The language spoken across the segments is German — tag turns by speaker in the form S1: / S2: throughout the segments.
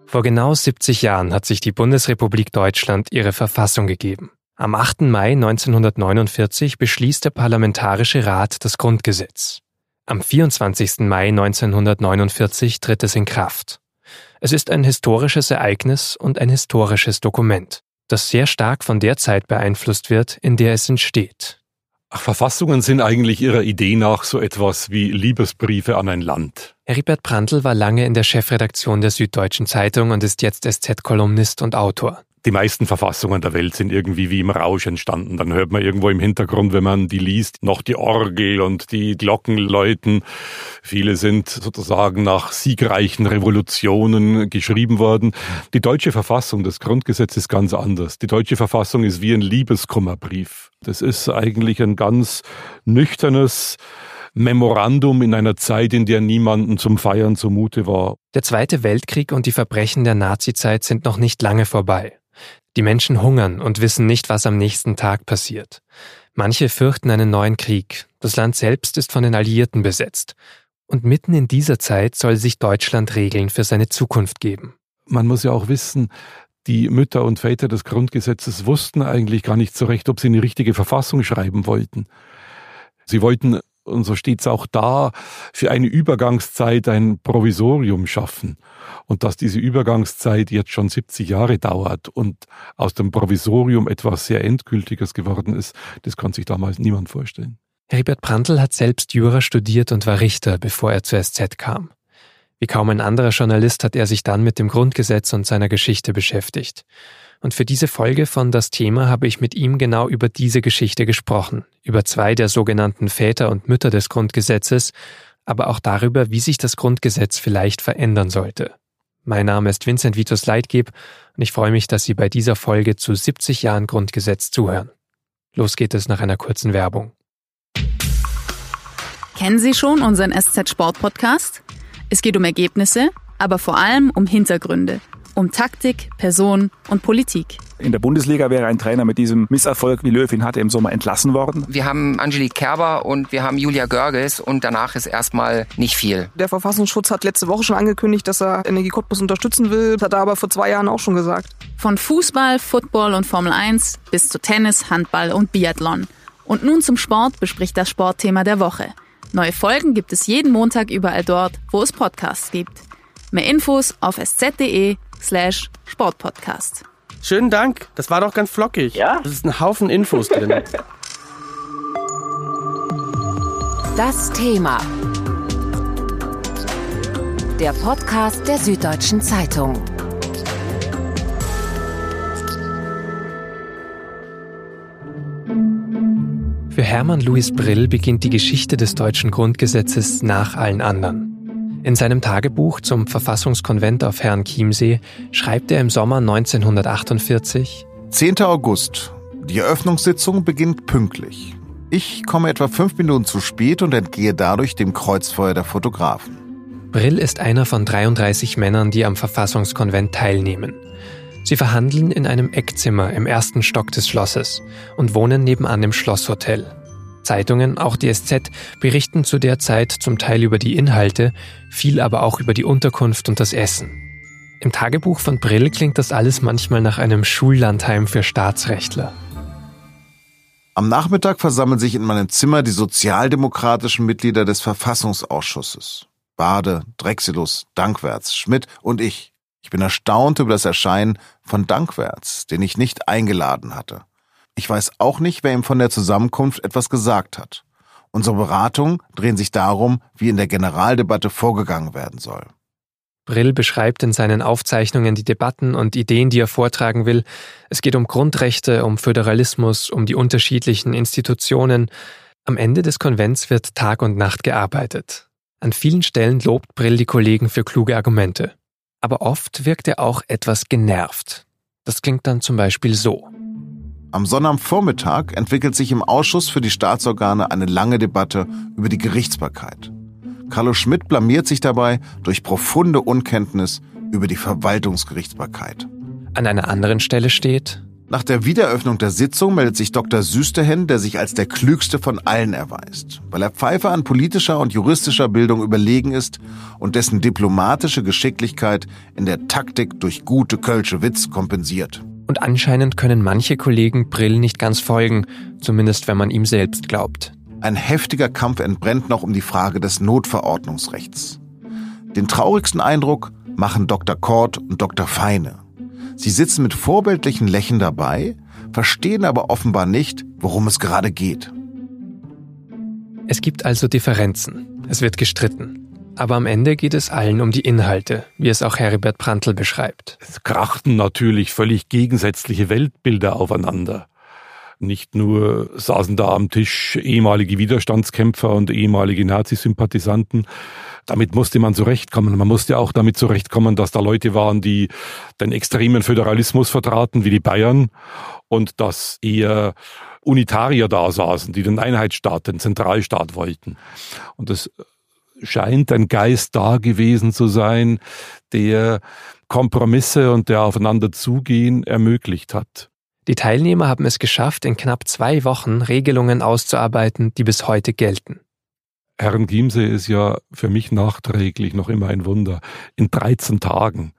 S1: Vor genau 70 Jahren hat sich die Bundesrepublik Deutschland ihre Verfassung gegeben. Am 8. Mai 1949 beschließt der Parlamentarische Rat das Grundgesetz. Am 24. Mai 1949 tritt es in Kraft. Es ist ein historisches Ereignis und ein historisches Dokument, das sehr stark von der Zeit beeinflusst wird, in der es entsteht.
S2: Verfassungen sind eigentlich ihrer Idee nach so etwas wie Liebesbriefe an ein Land.
S1: Heribert Prantl war lange in der Chefredaktion der Süddeutschen Zeitung und ist jetzt SZ-Kolumnist und Autor.
S2: Die meisten Verfassungen der Welt sind irgendwie wie im Rausch entstanden. Dann hört man irgendwo im Hintergrund, wenn man die liest, noch die Orgel und die Glocken läuten. Viele sind sozusagen nach siegreichen Revolutionen geschrieben worden. Die deutsche Verfassung, das Grundgesetz ist ganz anders. Die deutsche Verfassung ist wie ein Liebeskummerbrief. Das ist eigentlich ein ganz nüchternes Memorandum in einer Zeit, in der niemandem zum Feiern zumute war.
S1: Der Zweite Weltkrieg und die Verbrechen der Nazizeit sind noch nicht lange vorbei. Die Menschen hungern und wissen nicht, was am nächsten Tag passiert. Manche fürchten einen neuen Krieg. Das Land selbst ist von den Alliierten besetzt. Und mitten in dieser Zeit soll sich Deutschland Regeln für seine Zukunft geben.
S2: Man muss ja auch wissen, die Mütter und Väter des Grundgesetzes wussten eigentlich gar nicht so recht, ob sie eine richtige Verfassung schreiben wollten. Sie wollten, und so steht es auch da, für eine Übergangszeit ein Provisorium schaffen. Und dass diese Übergangszeit jetzt schon 70 Jahre dauert und aus dem Provisorium etwas sehr Endgültiges geworden ist, das kann sich damals niemand vorstellen.
S1: Heribert Prantl hat selbst Jura studiert und war Richter, bevor er zur SZ kam. Wie kaum ein anderer Journalist hat er sich dann mit dem Grundgesetz und seiner Geschichte beschäftigt. Und für diese Folge von Das Thema habe ich mit ihm genau über diese Geschichte gesprochen, über 2 der sogenannten Väter und Mütter des Grundgesetzes, aber auch darüber, wie sich das Grundgesetz vielleicht verändern sollte. Mein Name ist Vincent Vitus Leitgeb und ich freue mich, dass Sie bei dieser Folge zu 70 Jahren Grundgesetz zuhören. Los geht es nach einer kurzen Werbung.
S3: Kennen Sie schon unseren SZ-Sport-Podcast? Es geht um Ergebnisse, aber vor allem um Hintergründe. Um Taktik, Person und Politik.
S4: In der Bundesliga wäre ein Trainer mit diesem Misserfolg, wie Löw ihn hatte, im Sommer entlassen worden.
S5: Wir haben Angelique Kerber und wir haben Julia Görges und danach ist erstmal nicht viel.
S6: Der Verfassungsschutz hat letzte Woche schon angekündigt, dass er Energie Cottbus unterstützen will. Das hat er aber vor 2 Jahren auch schon gesagt.
S3: Von Fußball, Football und Formel 1 bis zu Tennis, Handball und Biathlon. Und nun zum Sport bespricht das Sportthema der Woche. Neue Folgen gibt es jeden Montag überall dort, wo es Podcasts gibt. Mehr Infos auf sz.de/Sportpodcast.
S7: Schönen Dank, das war doch ganz flockig.
S8: Ja?
S7: Das ist ein Haufen Infos drin.
S9: Das Thema. Der Podcast der Süddeutschen Zeitung.
S1: Für Hermann Louis Brill beginnt die Geschichte des deutschen Grundgesetzes nach allen anderen. In seinem Tagebuch zum Verfassungskonvent auf Herrenchiemsee schreibt er im Sommer 1948:
S10: 10. August. Die Eröffnungssitzung beginnt pünktlich. Ich komme etwa 5 Minuten zu spät und entgehe dadurch dem Kreuzfeuer der Fotografen.
S1: Brill ist einer von 33 Männern, die am Verfassungskonvent teilnehmen. Sie verhandeln in einem Eckzimmer im 1. Stock des Schlosses und wohnen nebenan im Schlosshotel. Zeitungen, auch die SZ, berichten zu der Zeit zum Teil über die Inhalte, viel aber auch über die Unterkunft und das Essen. Im Tagebuch von Brill klingt das alles manchmal nach einem Schullandheim für Staatsrechtler.
S10: Am Nachmittag versammeln sich in meinem Zimmer die sozialdemokratischen Mitglieder des Verfassungsausschusses. Bade, Drexelus, Dankwärts, Schmidt und ich. Ich bin erstaunt über das Erscheinen von Dankwärts, den ich nicht eingeladen hatte. Ich weiß auch nicht, wer ihm von der Zusammenkunft etwas gesagt hat. Unsere Beratungen drehen sich darum, wie in der Generaldebatte vorgegangen werden soll.
S1: Brill beschreibt in seinen Aufzeichnungen die Debatten und Ideen, die er vortragen will. Es geht um Grundrechte, um Föderalismus, um die unterschiedlichen Institutionen. Am Ende des Konvents wird Tag und Nacht gearbeitet. An vielen Stellen lobt Brill die Kollegen für kluge Argumente. Aber oft wirkt er auch etwas genervt. Das klingt dann zum Beispiel so.
S10: Am Sonnabendvormittag entwickelt sich im Ausschuss für die Staatsorgane eine lange Debatte über die Gerichtsbarkeit. Carlo Schmidt blamiert sich dabei durch profunde Unkenntnis über die Verwaltungsgerichtsbarkeit.
S1: An einer anderen Stelle steht:
S10: Nach der Wiedereröffnung der Sitzung meldet sich Dr. Süsterhen, der sich als der Klügste von allen erweist, weil er Pfeiffer an politischer und juristischer Bildung überlegen ist und dessen diplomatische Geschicklichkeit in der Taktik durch gute kölsche Witz kompensiert.
S1: Und anscheinend können manche Kollegen Brill nicht ganz folgen, zumindest wenn man ihm selbst glaubt.
S10: Ein heftiger Kampf entbrennt noch um die Frage des Notverordnungsrechts. Den traurigsten Eindruck machen Dr. Kort und Dr. Feine. Sie sitzen mit vorbildlichen Lächeln dabei, verstehen aber offenbar nicht, worum es gerade geht.
S1: Es gibt also Differenzen. Es wird gestritten. Aber am Ende geht es allen um die Inhalte, wie es auch Heribert Prantl beschreibt.
S2: Es krachten natürlich völlig gegensätzliche Weltbilder aufeinander. Nicht nur saßen da am Tisch ehemalige Widerstandskämpfer und ehemalige Nazisympathisanten. Damit musste man zurechtkommen. Man musste auch damit zurechtkommen, dass da Leute waren, die den extremen Föderalismus vertraten, wie die Bayern, und dass eher Unitarier da saßen, die den Einheitsstaat, den Zentralstaat wollten. Und es scheint ein Geist da gewesen zu sein, der Kompromisse und der Aufeinander zugehen ermöglicht hat.
S1: Die Teilnehmer haben es geschafft, in knapp 2 Wochen Regelungen auszuarbeiten, die bis heute gelten.
S2: Herrn Chiemsee ist ja für mich nachträglich noch immer ein Wunder. In 13 Tagen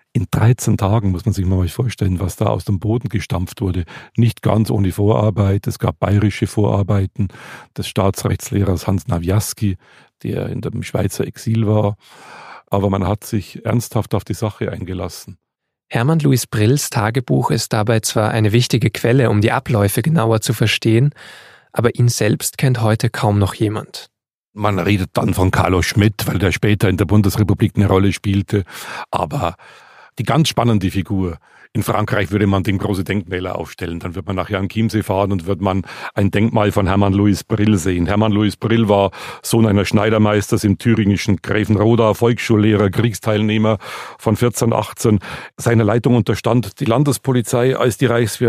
S2: muss man sich mal vorstellen, was da aus dem Boden gestampft wurde. Nicht ganz ohne Vorarbeit. Es gab bayerische Vorarbeiten des Staatsrechtslehrers Hans Nawiaski, der in dem Schweizer Exil war. Aber man hat sich ernsthaft auf die Sache eingelassen.
S1: Hermann Louis Brills Tagebuch ist dabei zwar eine wichtige Quelle, um die Abläufe genauer zu verstehen, aber ihn selbst kennt heute kaum noch jemand.
S2: Man redet dann von Carlo Schmidt, weil der später in der Bundesrepublik eine Rolle spielte. Aber die ganz spannende Figur, in Frankreich würde man dem große Denkmäler aufstellen. Dann wird man nach Herrn Chiemsee fahren und wird man ein Denkmal von Hermann Louis Brill sehen. Hermann Louis Brill war Sohn eines Schneidermeisters im thüringischen Grevenroda, Volksschullehrer, Kriegsteilnehmer von 1418. Seiner Leitung unterstand die Landespolizei, als die Reichswehr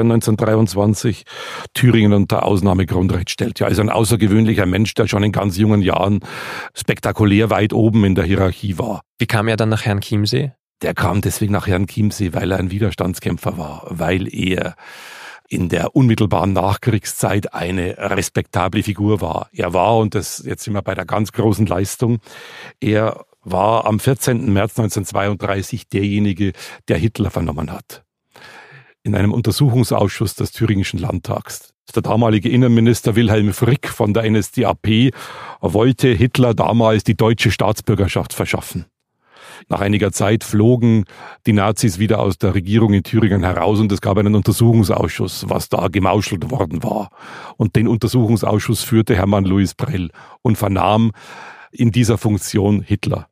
S2: 1923 Thüringen unter Ausnahmegrundrecht stellte. Also ein außergewöhnlicher Mensch, der schon in ganz jungen Jahren spektakulär weit oben in der Hierarchie war.
S1: Wie kam er dann nach Herrn Chiemsee?
S2: Der kam deswegen nach Herrn Chiemsee, weil er ein Widerstandskämpfer war, weil er in der unmittelbaren Nachkriegszeit eine respektable Figur war. Er war, und das jetzt sind wir bei der ganz großen Leistung, er war am 14. März 1932 derjenige, der Hitler vernommen hat. In einem Untersuchungsausschuss des Thüringischen Landtags. Der damalige Innenminister Wilhelm Frick von der NSDAP wollte Hitler damals die deutsche Staatsbürgerschaft verschaffen. Nach einiger Zeit flogen die Nazis wieder aus der Regierung in Thüringen heraus und es gab einen Untersuchungsausschuss, was da gemauschelt worden war. Und den Untersuchungsausschuss führte Hermann Louis Brill und vernahm in dieser Funktion Hitler.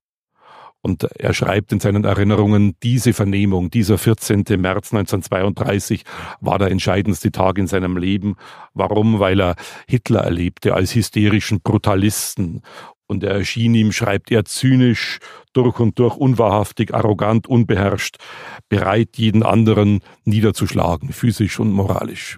S2: Und er schreibt in seinen Erinnerungen, diese Vernehmung, dieser 14. März 1932 war der entscheidendste Tag in seinem Leben. Warum? Weil er Hitler erlebte als hysterischen Brutalisten. Und er erschien ihm, schreibt er, zynisch, durch und durch unwahrhaftig, arrogant, unbeherrscht, bereit, jeden anderen niederzuschlagen, physisch und moralisch.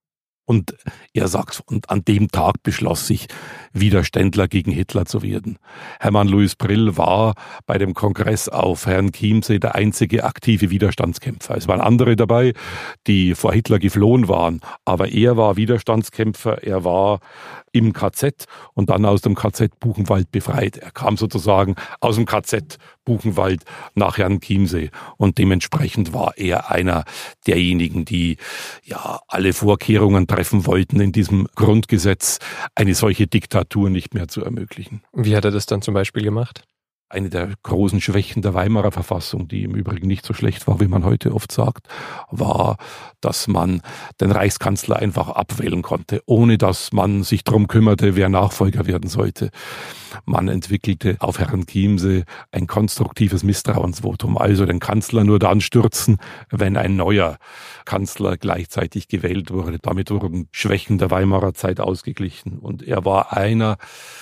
S2: Und er sagt, und an dem Tag beschloss sich, Widerständler gegen Hitler zu werden. Hermann Louis Brill war bei dem Kongress auf Herrn Chiemsee der einzige aktive Widerstandskämpfer. Es waren andere dabei, die vor Hitler geflohen waren, aber er war Widerstandskämpfer, er war im KZ und dann aus dem KZ Buchenwald befreit. Er kam sozusagen aus dem KZ Buchenwald nach Herrn Chiemsee und dementsprechend war er einer derjenigen, die ja alle Vorkehrungen treffen wollten, in diesem Grundgesetz eine solche Diktatur nicht mehr zu ermöglichen.
S1: Wie hat er das dann zum Beispiel gemacht?
S2: Eine der großen Schwächen der Weimarer Verfassung, die im Übrigen nicht so schlecht war, wie man heute oft sagt, war, dass man den Reichskanzler einfach abwählen konnte, ohne dass man sich darum kümmerte, wer Nachfolger werden sollte. Man entwickelte auf Herrn Chiemsee ein konstruktives Misstrauensvotum, also den Kanzler nur dann stürzen, wenn ein neuer Kanzler gleichzeitig gewählt wurde. Damit wurden Schwächen der Weimarer Zeit ausgeglichen. Und er war einer,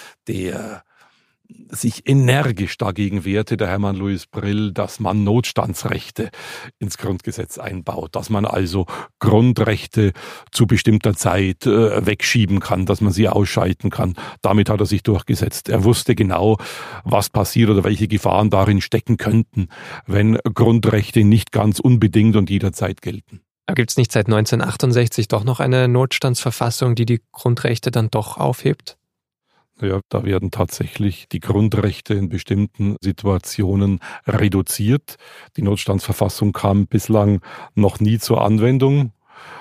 S2: der sich energisch dagegen wehrte, der Hermann Louis Brill, dass man Notstandsrechte ins Grundgesetz einbaut, dass man also Grundrechte zu bestimmter Zeit wegschieben kann, dass man sie ausschalten kann. Damit hat er sich durchgesetzt. Er wusste genau, was passiert oder welche Gefahren darin stecken könnten, wenn Grundrechte nicht ganz unbedingt und jederzeit gelten.
S1: Aber gibt es nicht seit 1968 doch noch eine Notstandsverfassung, die die Grundrechte dann doch aufhebt?
S2: Ja, da werden tatsächlich die Grundrechte in bestimmten Situationen reduziert. Die Notstandsverfassung kam bislang noch nie zur Anwendung,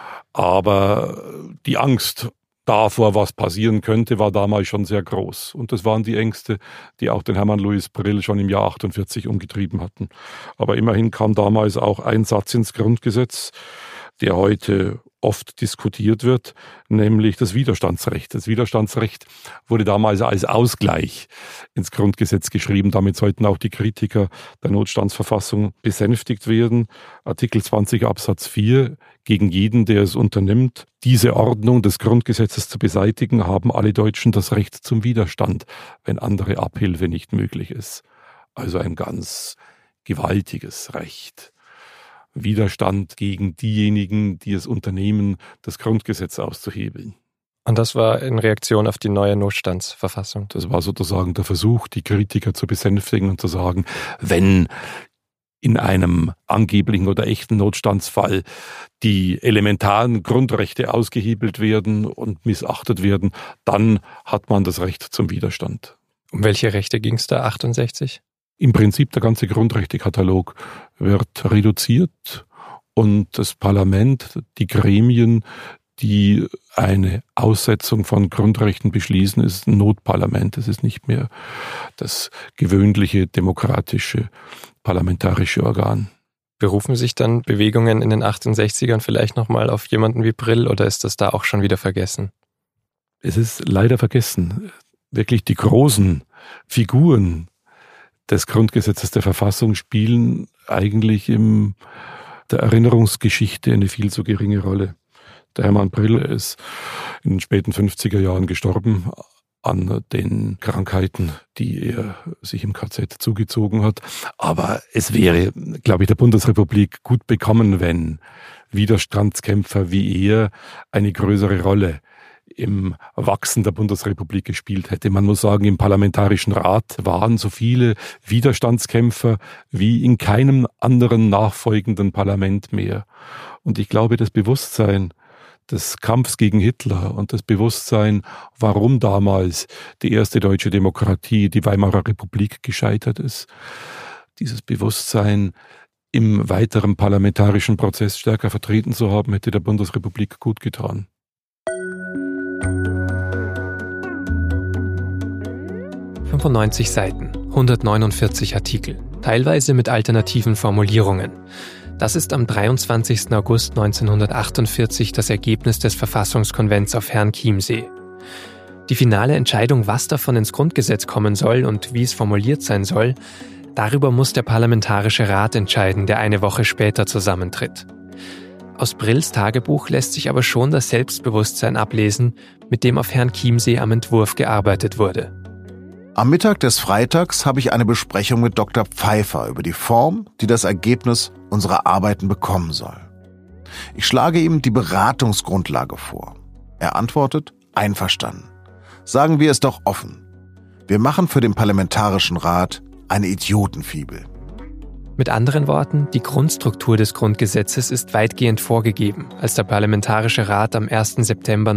S2: aber die Angst davor, was passieren könnte, war damals schon sehr groß. Und das waren die Ängste, die auch den Hermann Louis Brill schon im Jahr 48 umgetrieben hatten. Aber immerhin kam damals auch ein Satz ins Grundgesetz, der heute oft diskutiert wird, nämlich das Widerstandsrecht. Das Widerstandsrecht wurde damals als Ausgleich ins Grundgesetz geschrieben. Damit sollten auch die Kritiker der Notstandsverfassung besänftigt werden. Artikel 20 Absatz 4: Gegen jeden, der es unternimmt, diese Ordnung des Grundgesetzes zu beseitigen, haben alle Deutschen das Recht zum Widerstand, wenn andere Abhilfe nicht möglich ist. Also ein ganz gewaltiges Recht. Widerstand gegen diejenigen, die es unternehmen, das Grundgesetz auszuhebeln.
S1: Und das war in Reaktion auf die neue Notstandsverfassung?
S2: Das war sozusagen der Versuch, die Kritiker zu besänftigen und zu sagen, wenn in einem angeblichen oder echten Notstandsfall die elementaren Grundrechte ausgehebelt werden und missachtet werden, dann hat man das Recht zum Widerstand.
S1: Um welche Rechte ging es da 68?
S2: Im Prinzip der ganze Grundrechtekatalog wird reduziert und das Parlament, die Gremien, die eine Aussetzung von Grundrechten beschließen, ist ein Notparlament. Es ist nicht mehr das gewöhnliche demokratische parlamentarische Organ.
S1: Berufen sich dann Bewegungen in den 68ern vielleicht nochmal auf jemanden wie Brill oder ist das da auch schon wieder vergessen?
S2: Es ist leider vergessen. Wirklich die großen Figuren des Grundgesetzes der Verfassung spielen eigentlich in der Erinnerungsgeschichte eine viel zu geringe Rolle. Der Hermann Brill ist in den späten 50er Jahren gestorben an den Krankheiten, die er sich im KZ zugezogen hat. Aber es wäre, glaube ich, der Bundesrepublik gut bekommen, wenn Widerstandskämpfer wie er eine größere Rolle im Wachsen der Bundesrepublik gespielt hätte. Man muss sagen, im Parlamentarischen Rat waren so viele Widerstandskämpfer wie in keinem anderen nachfolgenden Parlament mehr. Und ich glaube, das Bewusstsein des Kampfs gegen Hitler und das Bewusstsein, warum damals die erste deutsche Demokratie, die Weimarer Republik, gescheitert ist, dieses Bewusstsein im weiteren parlamentarischen Prozess stärker vertreten zu haben, hätte der Bundesrepublik gut getan.
S1: ...95 Seiten, 149 Artikel, teilweise mit alternativen Formulierungen. Das ist am 23. August 1948 das Ergebnis des Verfassungskonvents auf Herrenchiemsee. Die finale Entscheidung, was davon ins Grundgesetz kommen soll und wie es formuliert sein soll, darüber muss der Parlamentarische Rat entscheiden, der eine Woche später zusammentritt. Aus Brills Tagebuch lässt sich aber schon das Selbstbewusstsein ablesen, mit dem auf Herrenchiemsee am Entwurf gearbeitet wurde.
S10: Am Mittag des Freitags habe ich eine Besprechung mit Dr. Pfeiffer über die Form, die das Ergebnis unserer Arbeiten bekommen soll. Ich schlage ihm die Beratungsgrundlage vor. Er antwortet, einverstanden. Sagen wir es doch offen. Wir machen für den Parlamentarischen Rat eine Idiotenfibel.
S1: Mit anderen Worten, die Grundstruktur des Grundgesetzes ist weitgehend vorgegeben, als der Parlamentarische Rat am 1. September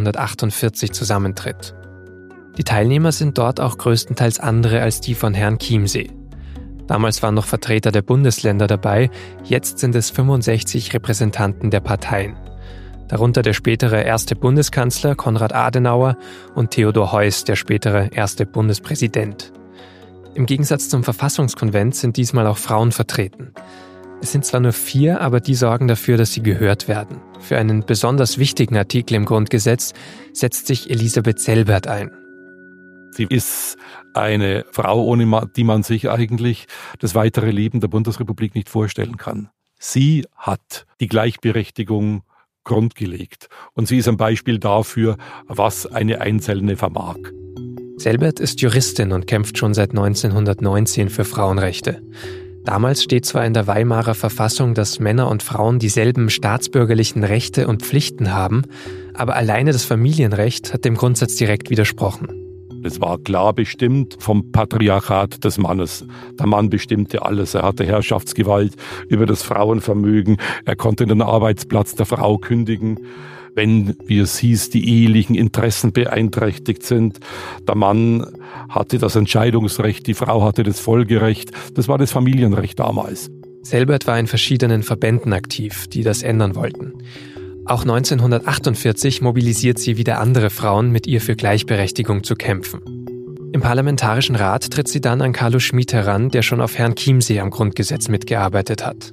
S1: 1948 zusammentritt. Die Teilnehmer sind dort auch größtenteils andere als die von Herrenchiemsee. Damals waren noch Vertreter der Bundesländer dabei, jetzt sind es 65 Repräsentanten der Parteien. Darunter der spätere erste Bundeskanzler Konrad Adenauer und Theodor Heuss, der spätere erste Bundespräsident. Im Gegensatz zum Verfassungskonvent sind diesmal auch Frauen vertreten. Es sind zwar nur 4, aber die sorgen dafür, dass sie gehört werden. Für einen besonders wichtigen Artikel im Grundgesetz setzt sich Elisabeth Selbert ein.
S2: Sie ist eine Frau, ohne die man sich eigentlich das weitere Leben der Bundesrepublik nicht vorstellen kann. Sie hat die Gleichberechtigung grundgelegt und sie ist ein Beispiel dafür, was eine Einzelne vermag.
S1: Selbert ist Juristin und kämpft schon seit 1919 für Frauenrechte. Damals steht zwar in der Weimarer Verfassung, dass Männer und Frauen dieselben staatsbürgerlichen Rechte und Pflichten haben, aber alleine das Familienrecht hat dem Grundsatz direkt widersprochen.
S2: Es war klar bestimmt vom Patriarchat des Mannes. Der Mann bestimmte alles. Er hatte Herrschaftsgewalt über das Frauenvermögen. Er konnte den Arbeitsplatz der Frau kündigen, wenn, wie es hieß, die ehelichen Interessen beeinträchtigt sind. Der Mann hatte das Entscheidungsrecht, die Frau hatte das Folgerecht. Das war das Familienrecht damals.
S1: Selbert war in verschiedenen Verbänden aktiv, die das ändern wollten. Auch 1948 mobilisiert sie wieder andere Frauen, mit ihr für Gleichberechtigung zu kämpfen. Im Parlamentarischen Rat tritt sie dann an Carlo Schmid heran, der schon auf Herrn Chiemsee am Grundgesetz mitgearbeitet hat.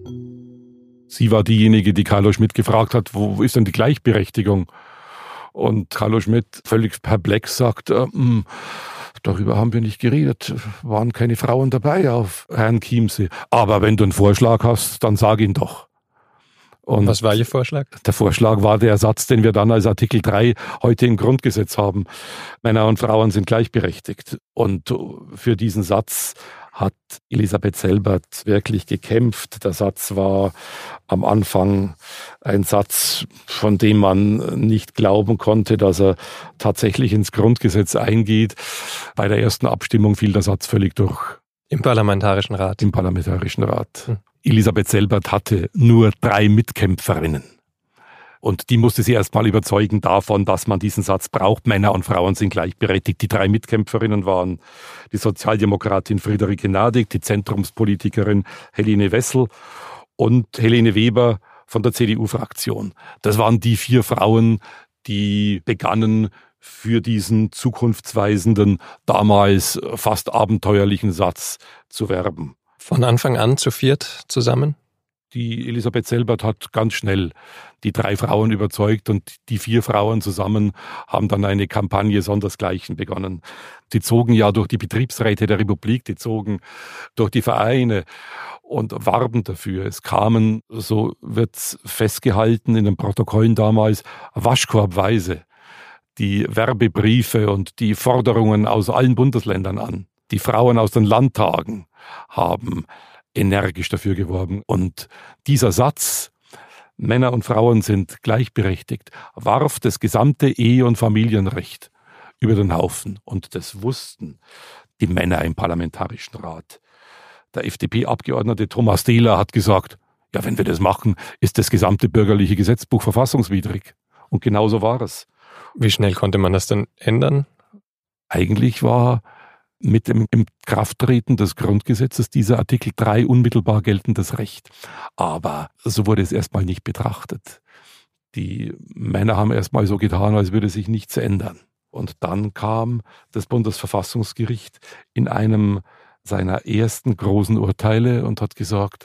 S2: Sie war diejenige, die Carlo Schmid gefragt hat, wo ist denn die Gleichberechtigung? Und Carlo Schmid, völlig perplex, sagt, darüber haben wir nicht geredet, waren keine Frauen dabei auf Herrn Chiemsee. Aber wenn du einen Vorschlag hast, dann sag ihn doch. Und
S1: was war Ihr Vorschlag?
S2: Der Vorschlag war der Satz, den wir dann als Artikel 3 heute im Grundgesetz haben. Männer und Frauen sind gleichberechtigt. Und für diesen Satz hat Elisabeth Selbert wirklich gekämpft. Der Satz war am Anfang ein Satz, von dem man nicht glauben konnte, dass er tatsächlich ins Grundgesetz eingeht. Bei der ersten Abstimmung fiel der Satz völlig durch.
S1: Im Parlamentarischen Rat?
S2: Im Parlamentarischen Rat. Elisabeth Selbert hatte nur 3 Mitkämpferinnen. Und die musste sie erst mal überzeugen davon, dass man diesen Satz braucht. Männer und Frauen sind gleichberechtigt. Die 3 Mitkämpferinnen waren die Sozialdemokratin Friederike Nadig, die Zentrumspolitikerin Helene Wessel und Helene Weber von der CDU-Fraktion. Das waren die 4 Frauen, die begannen, für diesen zukunftsweisenden, damals fast abenteuerlichen Satz zu werben.
S1: Von Anfang an zu 4 zusammen?
S2: Die Elisabeth Selbert hat ganz schnell die 3 Frauen überzeugt und die 4 Frauen zusammen haben dann eine Kampagne sondersgleichen begonnen. Die zogen ja durch die Betriebsräte der Republik, die zogen durch die Vereine und warben dafür. Es kamen, so wird's festgehalten in den Protokollen damals, waschkorbweise die Werbebriefe und die Forderungen aus allen Bundesländern an. Die Frauen aus den Landtagen haben energisch dafür geworben. Und dieser Satz, Männer und Frauen sind gleichberechtigt, warf das gesamte Ehe- und Familienrecht über den Haufen. Und das wussten die Männer im Parlamentarischen Rat. Der FDP-Abgeordnete Thomas Dehler hat gesagt, ja, wenn wir das machen, ist das gesamte bürgerliche Gesetzbuch verfassungswidrig. Und genauso war es.
S1: Wie schnell konnte man das denn ändern?
S2: Eigentlich war mit dem Inkrafttreten des Grundgesetzes dieser Artikel 3 unmittelbar geltendes Recht. Aber so wurde es erstmal nicht betrachtet. Die Männer haben erstmal so getan, als würde sich nichts ändern. Und dann kam das Bundesverfassungsgericht in einem seiner ersten großen Urteile und hat gesagt,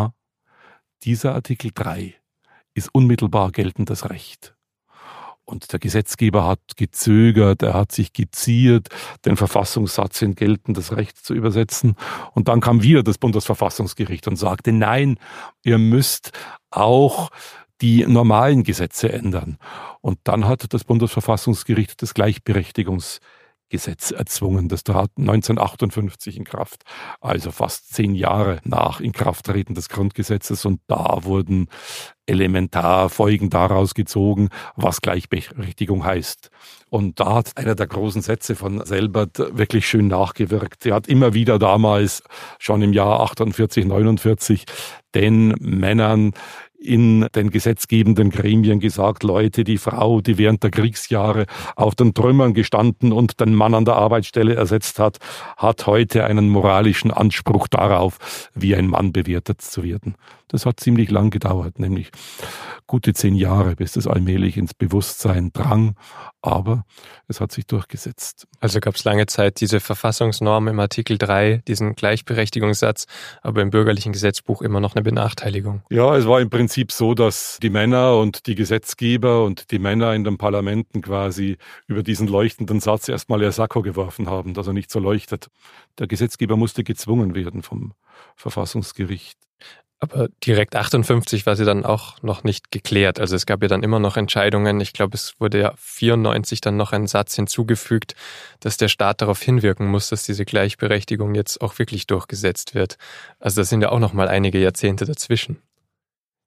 S2: dieser Artikel 3 ist unmittelbar geltendes Recht. Und der Gesetzgeber hat gezögert, er hat sich geziert, den Verfassungssatz in geltendes Recht zu übersetzen. Und dann kam wieder das Bundesverfassungsgericht und sagte, nein, ihr müsst auch die normalen Gesetze ändern. Und dann hat das Bundesverfassungsgericht das Gleichberechtigungsgesetz erzwungen. Das trat 1958 in Kraft, also fast 10 Jahre nach Inkrafttreten des Grundgesetzes. Und da wurden elementar Folgen daraus gezogen, was Gleichberechtigung heißt. Und da hat einer der großen Sätze von Selbert wirklich schön nachgewirkt. Er hat immer wieder damals, schon im Jahr 48, 49, den Männern in den gesetzgebenden Gremien gesagt, Leute, die Frau, die während der Kriegsjahre auf den Trümmern gestanden und den Mann an der Arbeitsstelle ersetzt hat, hat heute einen moralischen Anspruch darauf, wie ein Mann bewertet zu werden. Das hat ziemlich lang gedauert, nämlich gute 10 Jahre, bis das allmählich ins Bewusstsein drang, aber es hat sich durchgesetzt.
S1: Also gab es lange Zeit diese Verfassungsnorm im Artikel 3, diesen Gleichberechtigungssatz, aber im bürgerlichen Gesetzbuch immer noch eine Benachteiligung.
S2: Ja, es war im Prinzip so, dass die Männer und die Gesetzgeber und die Männer in den Parlamenten quasi über diesen leuchtenden Satz erstmal ihr Sakko geworfen haben, dass er nicht so leuchtet. Der Gesetzgeber musste gezwungen werden vom Verfassungsgericht.
S1: Aber direkt 58 war sie dann auch noch nicht geklärt. Also es gab ja dann immer noch Entscheidungen. Ich glaube, es wurde ja 94 dann noch ein Satz hinzugefügt, dass der Staat darauf hinwirken muss, dass diese Gleichberechtigung jetzt auch wirklich durchgesetzt wird. Also da sind ja auch noch mal einige Jahrzehnte dazwischen.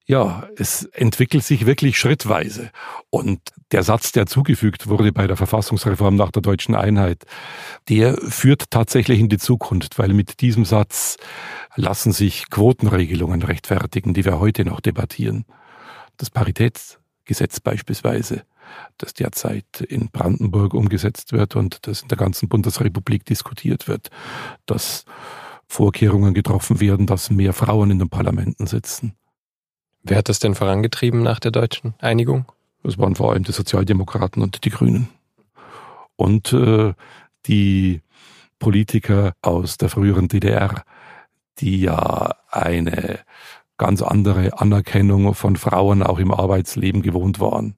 S2: Ja, es entwickelt sich wirklich schrittweise. Und der Satz, der zugefügt wurde bei der Verfassungsreform nach der deutschen Einheit, der führt tatsächlich in die Zukunft, weil mit diesem Satz lassen sich Quotenregelungen rechtfertigen, die wir heute noch debattieren. Das Paritätsgesetz beispielsweise, das derzeit in Brandenburg umgesetzt wird und das in der ganzen Bundesrepublik diskutiert wird, dass Vorkehrungen getroffen werden, dass mehr Frauen in den Parlamenten sitzen.
S1: Wer hat das denn vorangetrieben nach der deutschen Einigung?
S2: Das waren vor allem die Sozialdemokraten und die Grünen. Und die Politiker aus der früheren DDR, die ja eine ganz andere Anerkennung von Frauen auch im Arbeitsleben gewohnt waren.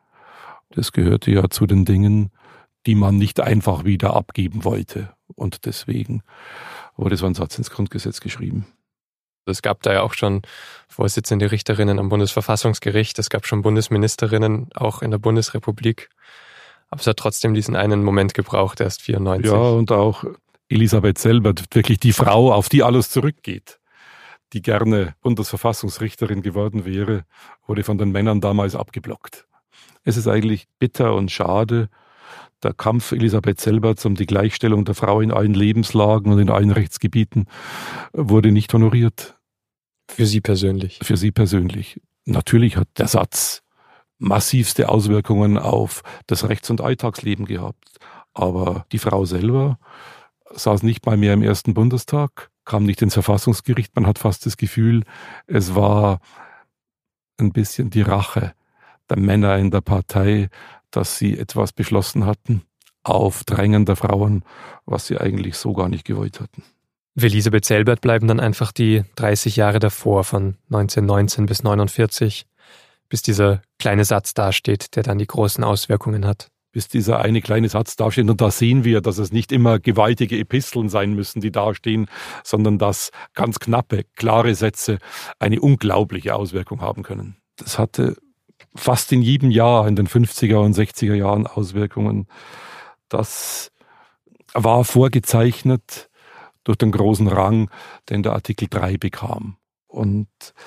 S2: Das gehörte ja zu den Dingen, die man nicht einfach wieder abgeben wollte. Und deswegen wurde so ein Satz ins Grundgesetz geschrieben.
S1: Es gab da ja auch schon Vorsitzende Richterinnen am Bundesverfassungsgericht, es gab schon Bundesministerinnen, auch in der Bundesrepublik. Aber es hat trotzdem diesen einen Moment gebraucht, erst 94.
S2: Ja, und auch Elisabeth Selbert, wirklich die Frau, auf die alles zurückgeht, die gerne Bundesverfassungsrichterin geworden wäre, wurde von den Männern damals abgeblockt. Es ist eigentlich bitter und schade. Der Kampf Elisabeth Selberts um die Gleichstellung der Frau in allen Lebenslagen und in allen Rechtsgebieten wurde nicht honoriert.
S1: Für Sie persönlich?
S2: Für Sie persönlich. Natürlich hat der Satz massivste Auswirkungen auf das Rechts- und Alltagsleben gehabt. Aber die Frau selber saß nicht mal mehr im ersten Bundestag, kam nicht ins Verfassungsgericht. Man hat fast das Gefühl, es war ein bisschen die Rache der Männer in der Partei, dass sie etwas beschlossen hatten, auf Drängen der Frauen, was sie eigentlich so gar nicht gewollt hatten.
S1: Für Elisabeth Selbert bleiben dann einfach die 30 Jahre davor, von 1919 bis 1949, bis dieser kleine Satz dasteht, der dann die großen Auswirkungen hat.
S2: Bis dieser eine kleine Satz dasteht. Und da sehen wir, dass es nicht immer gewaltige Episteln sein müssen, die dastehen, sondern dass ganz knappe, klare Sätze eine unglaubliche Auswirkung haben können. Das hatte fast in jedem Jahr in den 50er und 60er Jahren Auswirkungen. Das war vorgezeichnet durch den großen Rang, den der Artikel 3 bekam. Und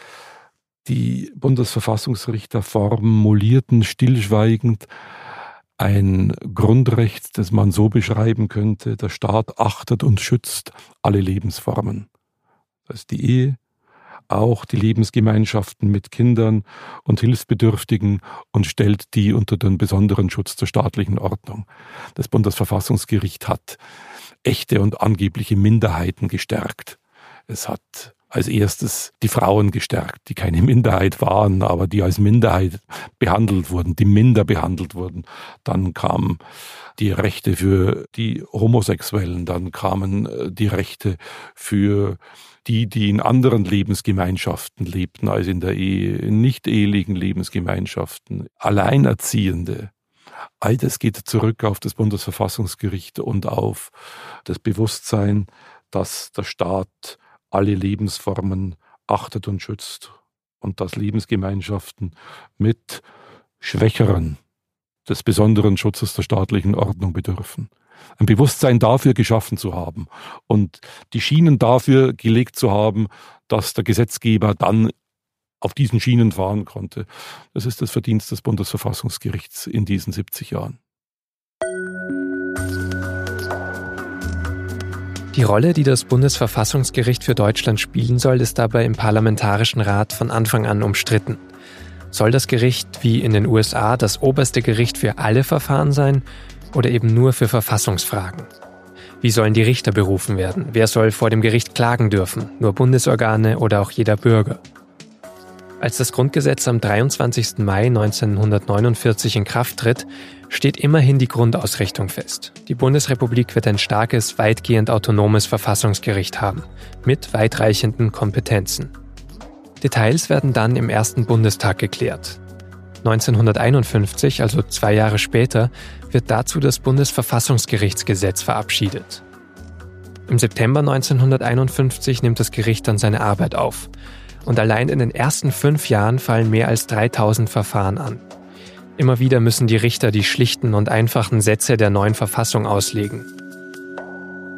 S2: die Bundesverfassungsrichter formulierten stillschweigend ein Grundrecht, das man so beschreiben könnte: Der Staat achtet und schützt alle Lebensformen. Das ist die Ehe, auch die Lebensgemeinschaften mit Kindern und Hilfsbedürftigen und stellt die unter den besonderen Schutz der staatlichen Ordnung. Das Bundesverfassungsgericht hat echte und angebliche Minderheiten gestärkt. Es hat als erstes die Frauen gestärkt, die keine Minderheit waren, aber die als Minderheit behandelt wurden, die minder behandelt wurden. Dann kamen die Rechte für die Homosexuellen, dann kamen die Rechte für die in anderen Lebensgemeinschaften lebten als in der Ehe, in nicht-ehelichen Lebensgemeinschaften, Alleinerziehende. All das geht zurück auf das Bundesverfassungsgericht und auf das Bewusstsein, dass der Staat alle Lebensformen achtet und schützt und dass Lebensgemeinschaften mit Schwächeren des besonderen Schutzes der staatlichen Ordnung bedürfen. Ein Bewusstsein dafür geschaffen zu haben und die Schienen dafür gelegt zu haben, dass der Gesetzgeber dann auf diesen Schienen fahren konnte. Das ist das Verdienst des Bundesverfassungsgerichts in diesen 70 Jahren.
S1: Die Rolle, die das Bundesverfassungsgericht für Deutschland spielen soll, ist dabei im Parlamentarischen Rat von Anfang an umstritten. Soll das Gericht wie in den USA das oberste Gericht für alle Verfahren sein oder eben nur für Verfassungsfragen? Wie sollen die Richter berufen werden? Wer soll vor dem Gericht klagen dürfen? Nur Bundesorgane oder auch jeder Bürger? Als das Grundgesetz am 23. Mai 1949 in Kraft tritt, steht immerhin die Grundausrichtung fest. Die Bundesrepublik wird ein starkes, weitgehend autonomes Verfassungsgericht haben, mit weitreichenden Kompetenzen. Details werden dann im ersten Bundestag geklärt. 1951, also 2 Jahre später, wird dazu das Bundesverfassungsgerichtsgesetz verabschiedet. Im September 1951 nimmt das Gericht dann seine Arbeit auf. Und allein in den ersten 5 Jahren fallen mehr als 3000 Verfahren an. Immer wieder müssen die Richter die schlichten und einfachen Sätze der neuen Verfassung auslegen.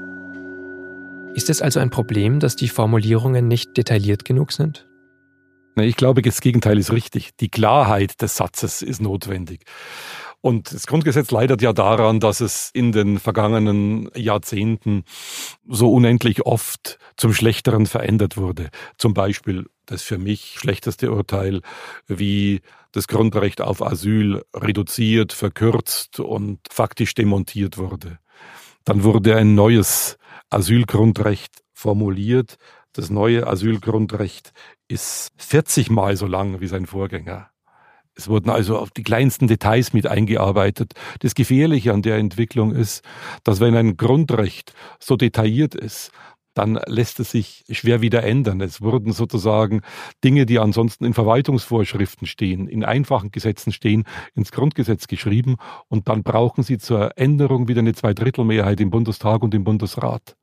S1: Ist es also ein Problem, dass die Formulierungen nicht detailliert genug sind?
S2: Ich glaube, das Gegenteil ist richtig. Die Klarheit des Satzes ist notwendig. Und das Grundgesetz leidet ja daran, dass es in den vergangenen Jahrzehnten so unendlich oft zum Schlechteren verändert wurde. Zum Beispiel das für mich schlechteste Urteil, wie das Grundrecht auf Asyl reduziert, verkürzt und faktisch demontiert wurde. Dann wurde ein neues Asylgrundrecht formuliert. Das neue Asylgrundrecht ist 40 Mal so lang wie sein Vorgänger. Es wurden also auf die kleinsten Details mit eingearbeitet. Das Gefährliche an der Entwicklung ist, dass wenn ein Grundrecht so detailliert ist, dann lässt es sich schwer wieder ändern. Es wurden sozusagen Dinge, die ansonsten in Verwaltungsvorschriften stehen, in einfachen Gesetzen stehen, ins Grundgesetz geschrieben und dann brauchen sie zur Änderung wieder eine Zweidrittelmehrheit im Bundestag und im Bundesrat.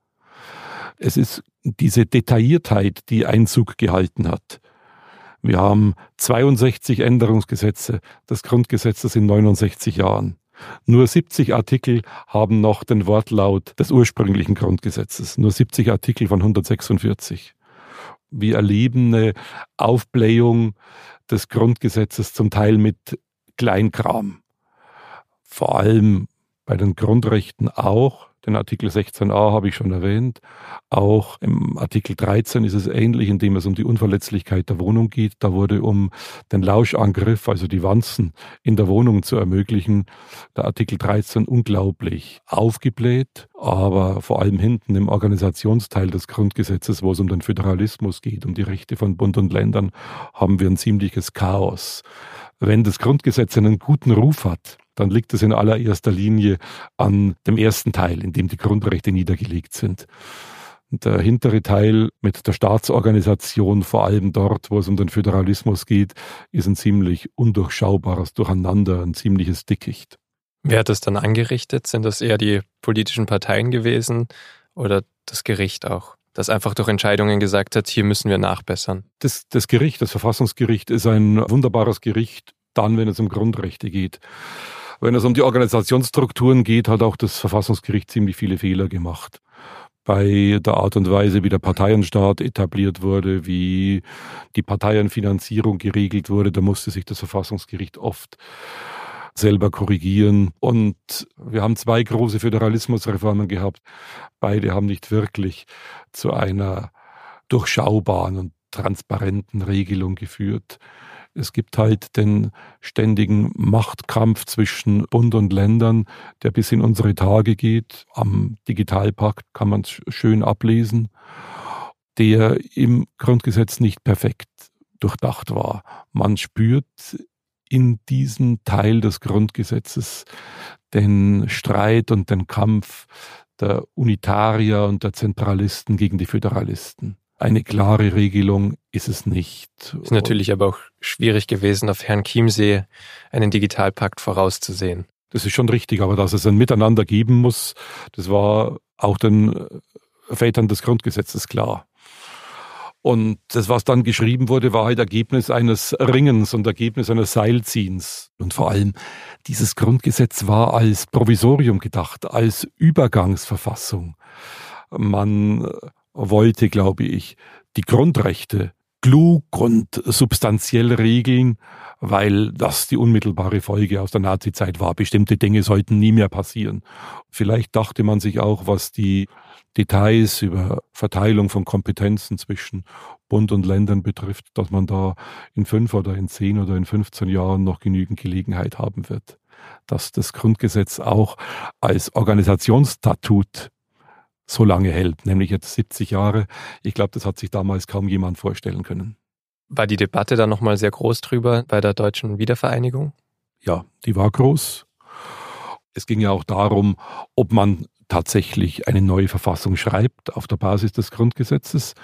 S2: Es ist diese Detailliertheit, die Einzug gehalten hat. Wir haben 62 Änderungsgesetze des Grundgesetzes in 69 Jahren. Nur 70 Artikel haben noch den Wortlaut des ursprünglichen Grundgesetzes. Nur 70 Artikel von 146. Wir erleben eine Aufblähung des Grundgesetzes zum Teil mit Kleinkram. Vor allem bei den Grundrechten auch. Den Artikel 16a habe ich schon erwähnt. Auch im Artikel 13 ist es ähnlich, indem es um die Unverletzlichkeit der Wohnung geht. Da wurde, um den Lauschangriff, also die Wanzen in der Wohnung zu ermöglichen, der Artikel 13 unglaublich aufgebläht. Aber vor allem hinten im Organisationsteil des Grundgesetzes, wo es um den Föderalismus geht, um die Rechte von Bund und Ländern, haben wir ein ziemliches Chaos. Wenn das Grundgesetz einen guten Ruf hat, dann liegt es in allererster Linie an dem ersten Teil, in dem die Grundrechte niedergelegt sind. Und der hintere Teil mit der Staatsorganisation, vor allem dort, wo es um den Föderalismus geht, ist ein ziemlich undurchschaubares Durcheinander, ein ziemliches Dickicht.
S1: Wer hat das dann angerichtet? Sind das eher die politischen Parteien gewesen oder das Gericht auch, das einfach durch Entscheidungen gesagt hat, hier müssen wir nachbessern?
S2: Das Gericht, das Verfassungsgericht, ist ein wunderbares Gericht, dann, wenn es um Grundrechte geht. Wenn es um die Organisationsstrukturen geht, hat auch das Verfassungsgericht ziemlich viele Fehler gemacht. Bei der Art und Weise, wie der Parteienstaat etabliert wurde, wie die Parteienfinanzierung geregelt wurde, da musste sich das Verfassungsgericht oft selber korrigieren. Und wir haben 2 große Föderalismusreformen gehabt. Beide haben nicht wirklich zu einer durchschaubaren und transparenten Regelung geführt. Es gibt halt den ständigen Machtkampf zwischen Bund und Ländern, der bis in unsere Tage geht. Am Digitalpakt kann man es schön ablesen, der im Grundgesetz nicht perfekt durchdacht war. Man spürt in diesem Teil des Grundgesetzes den Streit und den Kampf der Unitarier und der Zentralisten gegen die Föderalisten. Eine klare Regelung ist es nicht.
S1: Ist natürlich aber auch schwierig gewesen, auf Herrn Chiemsee einen Digitalpakt vorauszusehen.
S2: Das ist schon richtig, aber dass es ein Miteinander geben muss, das war auch den Vätern des Grundgesetzes klar. Und das, was dann geschrieben wurde, war halt Ergebnis eines Ringens und Ergebnis eines Seilziehens. Und vor allem, dieses Grundgesetz war als Provisorium gedacht, als Übergangsverfassung. Man wollte, glaube ich, die Grundrechte klug und substanziell regeln, weil das die unmittelbare Folge aus der Nazizeit war. Bestimmte Dinge sollten nie mehr passieren. Vielleicht dachte man sich auch, was die Details über Verteilung von Kompetenzen zwischen Bund und Ländern betrifft, dass man da in 5 oder in 10 oder in 15 Jahren noch genügend Gelegenheit haben wird. Dass das Grundgesetz auch als Organisationsstatut so lange hält, nämlich jetzt 70 Jahre. Ich glaube, das hat sich damals kaum jemand vorstellen können.
S1: War die Debatte da nochmal sehr groß drüber bei der deutschen Wiedervereinigung?
S2: Ja, die war groß. Es ging ja auch darum, ob man tatsächlich eine neue Verfassung schreibt auf der Basis des Grundgesetzes.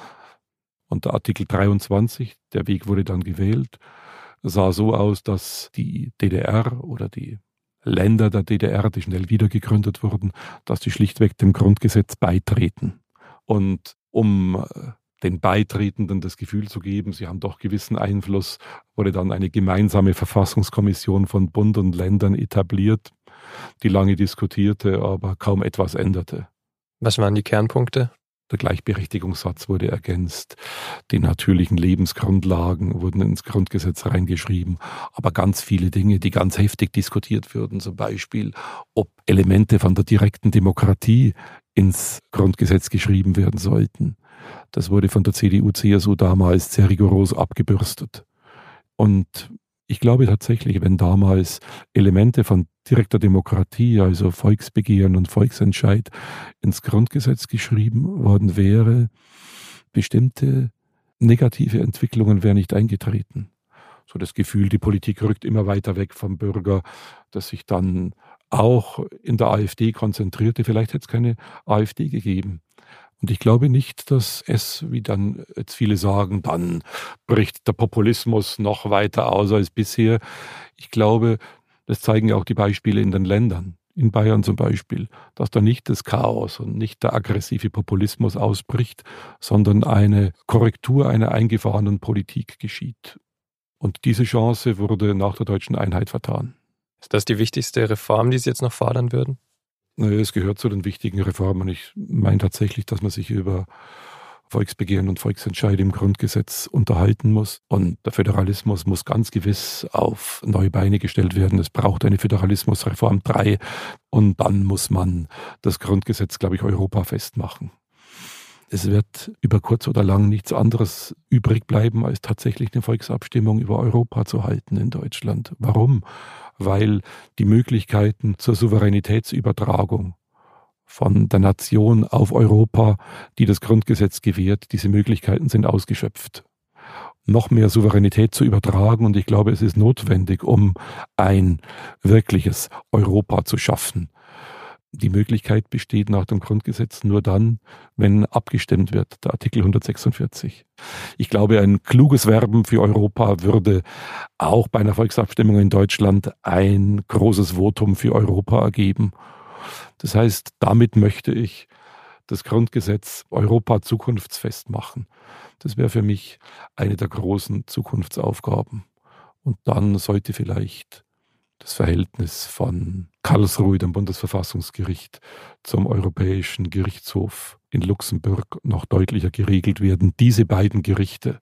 S2: Und der Artikel 23, der Weg wurde dann gewählt, sah so aus, dass die DDR oder die Länder der DDR, die schnell wiedergegründet wurden, dass die schlichtweg dem Grundgesetz beitreten. Und um den Beitretenden das Gefühl zu geben, sie haben doch gewissen Einfluss, wurde dann eine gemeinsame Verfassungskommission von Bund und Ländern etabliert, die lange diskutierte, aber kaum etwas änderte.
S1: Was waren die Kernpunkte?
S2: Der Gleichberechtigungssatz wurde ergänzt. Die natürlichen Lebensgrundlagen wurden ins Grundgesetz reingeschrieben. Aber ganz viele Dinge, die ganz heftig diskutiert würden, zum Beispiel, ob Elemente von der direkten Demokratie ins Grundgesetz geschrieben werden sollten. Das wurde von der CDU, CSU damals sehr rigoros abgebürstet. Und ich glaube tatsächlich, wenn damals Elemente von direkter Demokratie, also Volksbegehren und Volksentscheid, ins Grundgesetz geschrieben worden wäre, bestimmte negative Entwicklungen wären nicht eingetreten. So das Gefühl, die Politik rückt immer weiter weg vom Bürger, das sich dann auch in der AfD konzentrierte. Vielleicht hätte es keine AfD gegeben. Und ich glaube nicht, dass es, wie dann jetzt viele sagen, dann bricht der Populismus noch weiter aus als bisher. Ich glaube, das zeigen ja auch die Beispiele in den Ländern. In Bayern zum Beispiel, dass da nicht das Chaos und nicht der aggressive Populismus ausbricht, sondern eine Korrektur einer eingefahrenen Politik geschieht. Und diese Chance wurde nach der deutschen Einheit vertan.
S1: Ist das die wichtigste Reform, die Sie jetzt noch fordern würden?
S2: Naja, es gehört zu den wichtigen Reformen. Ich meine tatsächlich, dass man sich über Volksbegehren und Volksentscheid im Grundgesetz unterhalten muss. Und der Föderalismus muss ganz gewiss auf neue Beine gestellt werden. Es braucht eine Föderalismusreform 3 und dann muss man das Grundgesetz, glaube ich, europafest machen. Es wird über kurz oder lang nichts anderes übrig bleiben, als tatsächlich eine Volksabstimmung über Europa zu halten in Deutschland. Warum? Weil die Möglichkeiten zur Souveränitätsübertragung von der Nation auf Europa, die das Grundgesetz gewährt, diese Möglichkeiten sind ausgeschöpft. Noch mehr Souveränität zu übertragen und ich glaube, es ist notwendig, um ein wirkliches Europa zu schaffen. Die Möglichkeit besteht nach dem Grundgesetz nur dann, wenn abgestimmt wird, der Artikel 146. Ich glaube, ein kluges Werben für Europa würde auch bei einer Volksabstimmung in Deutschland ein großes Votum für Europa ergeben. Das heißt, damit möchte ich das Grundgesetz Europa zukunftsfest machen. Das wäre für mich eine der großen Zukunftsaufgaben. Und dann sollte vielleicht das Verhältnis von Karlsruhe, dem Bundesverfassungsgericht, zum Europäischen Gerichtshof in Luxemburg noch deutlicher geregelt werden. Diese beiden Gerichte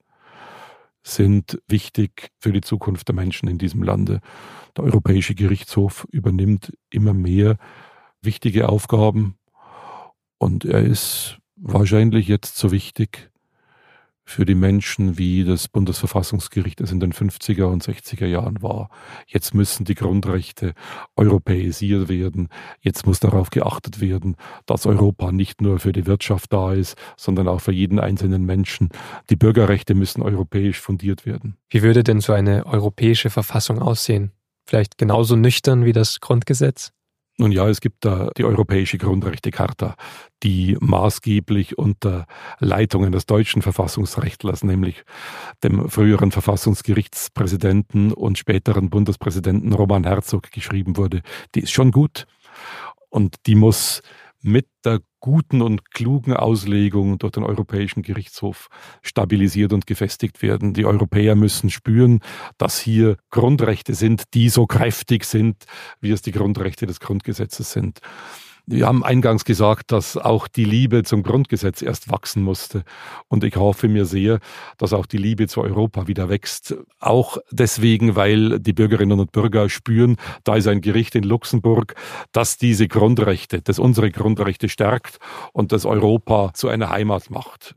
S2: sind wichtig für die Zukunft der Menschen in diesem Lande. Der Europäische Gerichtshof übernimmt immer mehr wichtige Aufgaben und er ist wahrscheinlich jetzt so wichtig für die Menschen, wie das Bundesverfassungsgericht es in den 50er und 60er Jahren war. Jetzt müssen die Grundrechte europäisiert werden. Jetzt muss darauf geachtet werden, dass Europa nicht nur für die Wirtschaft da ist, sondern auch für jeden einzelnen Menschen. Die Bürgerrechte müssen europäisch fundiert werden.
S1: Wie würde denn so eine europäische Verfassung aussehen? Vielleicht genauso nüchtern wie das Grundgesetz?
S2: Nun ja, es gibt da die Europäische Grundrechtecharta, die maßgeblich unter Leitung eines deutschen Verfassungsrechtlers, nämlich dem früheren Verfassungsgerichtspräsidenten und späteren Bundespräsidenten Roman Herzog geschrieben wurde. Die ist schon gut und die muss mit der guten und klugen Auslegung durch den Europäischen Gerichtshof stabilisiert und gefestigt werden. Die Europäer müssen spüren, dass hier Grundrechte sind, die so kräftig sind, wie es die Grundrechte des Grundgesetzes sind. Wir haben eingangs gesagt, dass auch die Liebe zum Grundgesetz erst wachsen musste. Und ich hoffe mir sehr, dass auch die Liebe zu Europa wieder wächst. Auch deswegen, weil die Bürgerinnen und Bürger spüren, da ist ein Gericht in Luxemburg, das diese Grundrechte, das unsere Grundrechte stärkt und das Europa zu einer Heimat macht.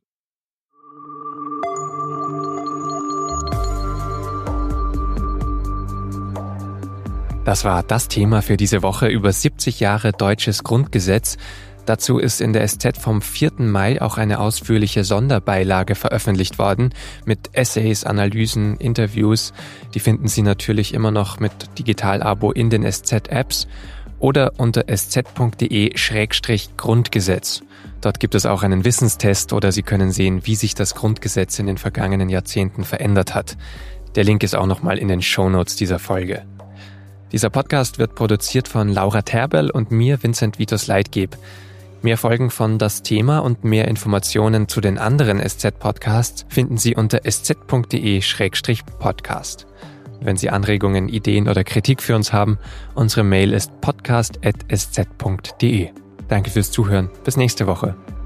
S1: Das war das Thema für diese Woche über 70 Jahre deutsches Grundgesetz. Dazu ist in der SZ vom 4. Mai auch eine ausführliche Sonderbeilage veröffentlicht worden mit Essays, Analysen, Interviews. Die finden Sie natürlich immer noch mit Digital-Abo in den SZ-Apps oder unter sz.de/Grundgesetz. Dort gibt es auch einen Wissenstest oder Sie können sehen, wie sich das Grundgesetz in den vergangenen Jahrzehnten verändert hat. Der Link ist auch nochmal in den Shownotes dieser Folge. Dieser Podcast wird produziert von Laura Terberl und mir, Vincent Vitus Leitgeb. Mehr Folgen von Das Thema und mehr Informationen zu den anderen SZ-Podcasts finden Sie unter sz.de/podcast. Wenn Sie Anregungen, Ideen oder Kritik für uns haben, unsere Mail ist podcast@sz.de. Danke fürs Zuhören. Bis nächste Woche.